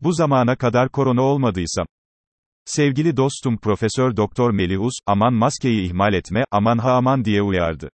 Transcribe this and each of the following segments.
Bu zamana kadar korona olmadıysam. Sevgili dostum Profesör Doktor Melih Uz, aman maskeyi ihmal etme, aman ha aman diye uyardı.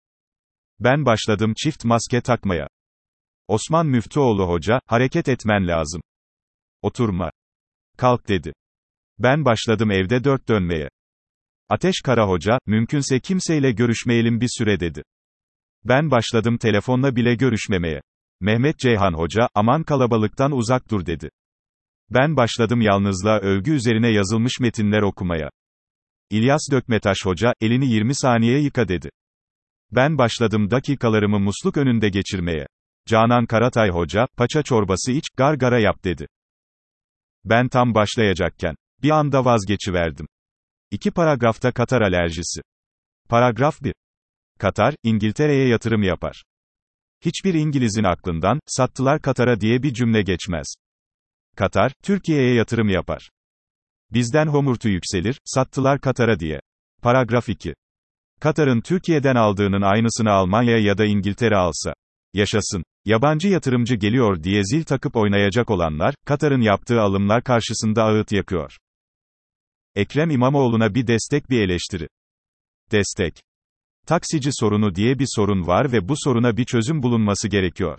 Ben başladım çift maske takmaya. Osman Müftüoğlu Hoca, hareket etmen lazım. Oturma. Kalk dedi. Ben başladım evde dört dönmeye. Ateş Kara Hoca, mümkünse kimseyle görüşmeyelim bir süre dedi. Ben başladım telefonla bile görüşmemeye. Mehmet Ceyhan Hoca, aman kalabalıktan uzak dur dedi. Ben başladım yalnızlığa övgü üzerine yazılmış metinler okumaya. İlyas Dökmetaş Hoca, elini 20 saniye yıka dedi. Ben başladım dakikalarımı musluk önünde geçirmeye. Canan Karatay Hoca, paça çorbası iç, gargara yap dedi. Ben tam başlayacakken, bir anda vazgeçiverdim. 2 paragrafta Katar alerjisi. Paragraf 1. Katar, İngiltere'ye yatırım yapar. Hiçbir İngiliz'in aklından, sattılar Katar'a diye bir cümle geçmez. Katar, Türkiye'ye yatırım yapar. Bizden homurtu yükselir, sattılar Katar'a diye. Paragraf 2. Katar'ın Türkiye'den aldığının aynısını Almanya ya da İngiltere alsa. Yaşasın. Yabancı yatırımcı geliyor diye zil takıp oynayacak olanlar, Katar'ın yaptığı alımlar karşısında ağıt yakıyor. Ekrem İmamoğlu'na bir destek bir eleştiri. Destek. Taksici sorunu diye bir sorun var ve bu soruna bir çözüm bulunması gerekiyor.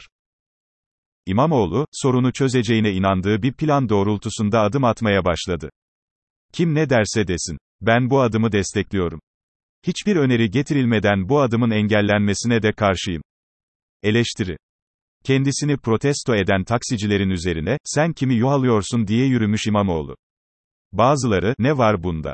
İmamoğlu, sorunu çözeceğine inandığı bir plan doğrultusunda adım atmaya başladı. Kim ne derse desin. Ben bu adımı destekliyorum. Hiçbir öneri getirilmeden bu adımın engellenmesine de karşıyım. Eleştiri. Kendisini protesto eden taksicilerin üzerine, sen kimi yuhalıyorsun diye yürümüş İmamoğlu. Bazıları, ne var bunda?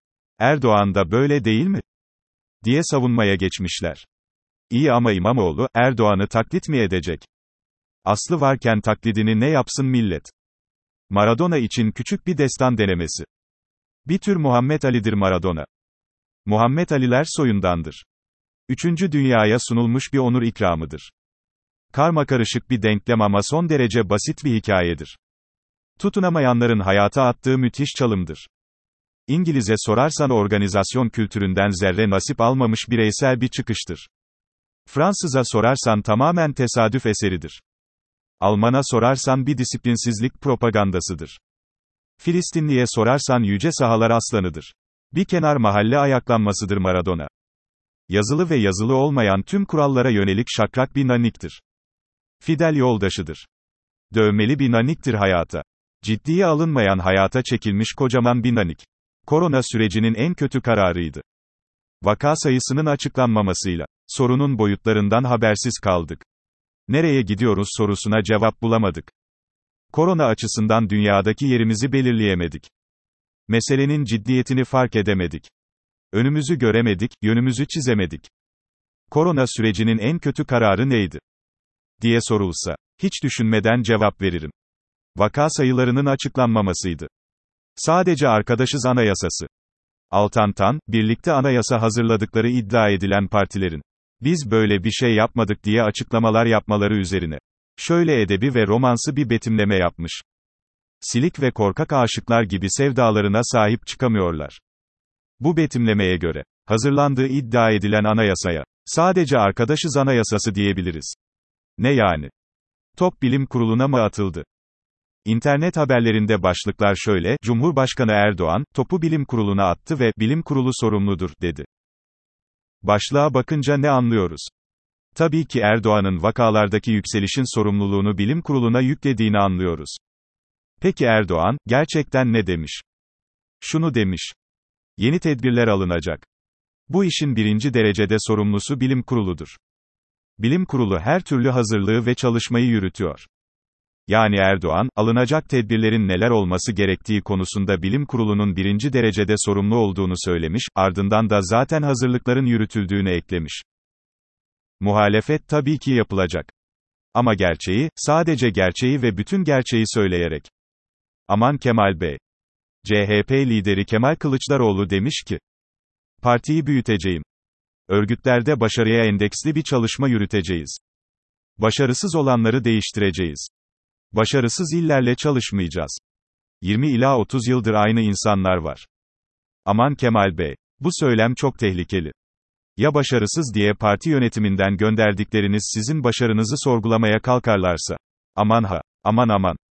Erdoğan da böyle değil mi? Diye savunmaya geçmişler. İyi ama İmamoğlu, Erdoğan'ı taklit mi edecek? Aslı varken taklidini ne yapsın millet? Maradona için küçük bir destan denemesi. Bir tür Muhammed Ali'dir Maradona. Muhammed Aliler soyundandır. 3. Dünyaya sunulmuş bir onur ikramıdır. Karmakarışık bir denklem ama son derece basit bir hikayedir. Tutunamayanların hayata attığı müthiş çalımdır. İngiliz'e sorarsan organizasyon kültüründen zerre nasip almamış bireysel bir çıkıştır. Fransız'a sorarsan tamamen tesadüf eseridir. Alman'a sorarsan bir disiplinsizlik propagandasıdır. Filistinliye sorarsan yüce sahalar aslanıdır. Bir kenar mahalle ayaklanmasıdır Maradona. Yazılı ve yazılı olmayan tüm kurallara yönelik şakrak bir naniktir. Fidel yoldaşıdır. Dövmeli bir naniktir hayata. Ciddiye alınmayan hayata çekilmiş kocaman bir nanik. Korona sürecinin en kötü kararıydı. Vaka sayısının açıklanmamasıyla, sorunun boyutlarından habersiz kaldık. Nereye gidiyoruz sorusuna cevap bulamadık. Korona açısından dünyadaki yerimizi belirleyemedik. Meselenin ciddiyetini fark edemedik. Önümüzü göremedik, yönümüzü çizemedik. Korona sürecinin en kötü kararı neydi? Diye sorulsa, hiç düşünmeden cevap veririm. Vaka sayılarının açıklanmamasıydı. Sadece arkadaşız anayasası. Altantan, birlikte anayasa hazırladıkları iddia edilen partilerin, biz böyle bir şey yapmadık diye açıklamalar yapmaları üzerine, şöyle edebi ve romansı bir betimleme yapmış. Silik ve korkak aşıklar gibi sevdalarına sahip çıkamıyorlar. Bu betimlemeye göre, hazırlandığı iddia edilen anayasaya, sadece arkadaşız anayasası diyebiliriz. Ne yani? Top Bilim Kurulu'na mı atıldı? İnternet haberlerinde başlıklar şöyle, Cumhurbaşkanı Erdoğan, topu Bilim Kurulu'na attı ve, Bilim Kurulu sorumludur, dedi. Başlığa bakınca ne anlıyoruz? Tabii ki Erdoğan'ın vakalardaki yükselişin sorumluluğunu Bilim Kurulu'na yüklediğini anlıyoruz. Peki Erdoğan, gerçekten ne demiş? Şunu demiş. Yeni tedbirler alınacak. Bu işin birinci derecede sorumlusu Bilim Kurulu'dur. Bilim Kurulu her türlü hazırlığı ve çalışmayı yürütüyor. Yani Erdoğan, alınacak tedbirlerin neler olması gerektiği konusunda Bilim Kurulu'nun birinci derecede sorumlu olduğunu söylemiş, ardından da zaten hazırlıkların yürütüldüğünü eklemiş. Muhalefet tabii ki yapılacak. Ama gerçeği, sadece gerçeği ve bütün gerçeği söyleyerek. Aman Kemal Bey. CHP lideri Kemal Kılıçdaroğlu demiş ki, partiyi büyüteceğim. Örgütlerde başarıya endeksli bir çalışma yürüteceğiz. Başarısız olanları değiştireceğiz. Başarısız illerle çalışmayacağız. 20 ila 30 yıldır aynı insanlar var. Aman Kemal Bey. Bu söylem çok tehlikeli. Ya başarısız diye parti yönetiminden gönderdikleriniz sizin başarınızı sorgulamaya kalkarlarsa? Aman ha. Aman aman.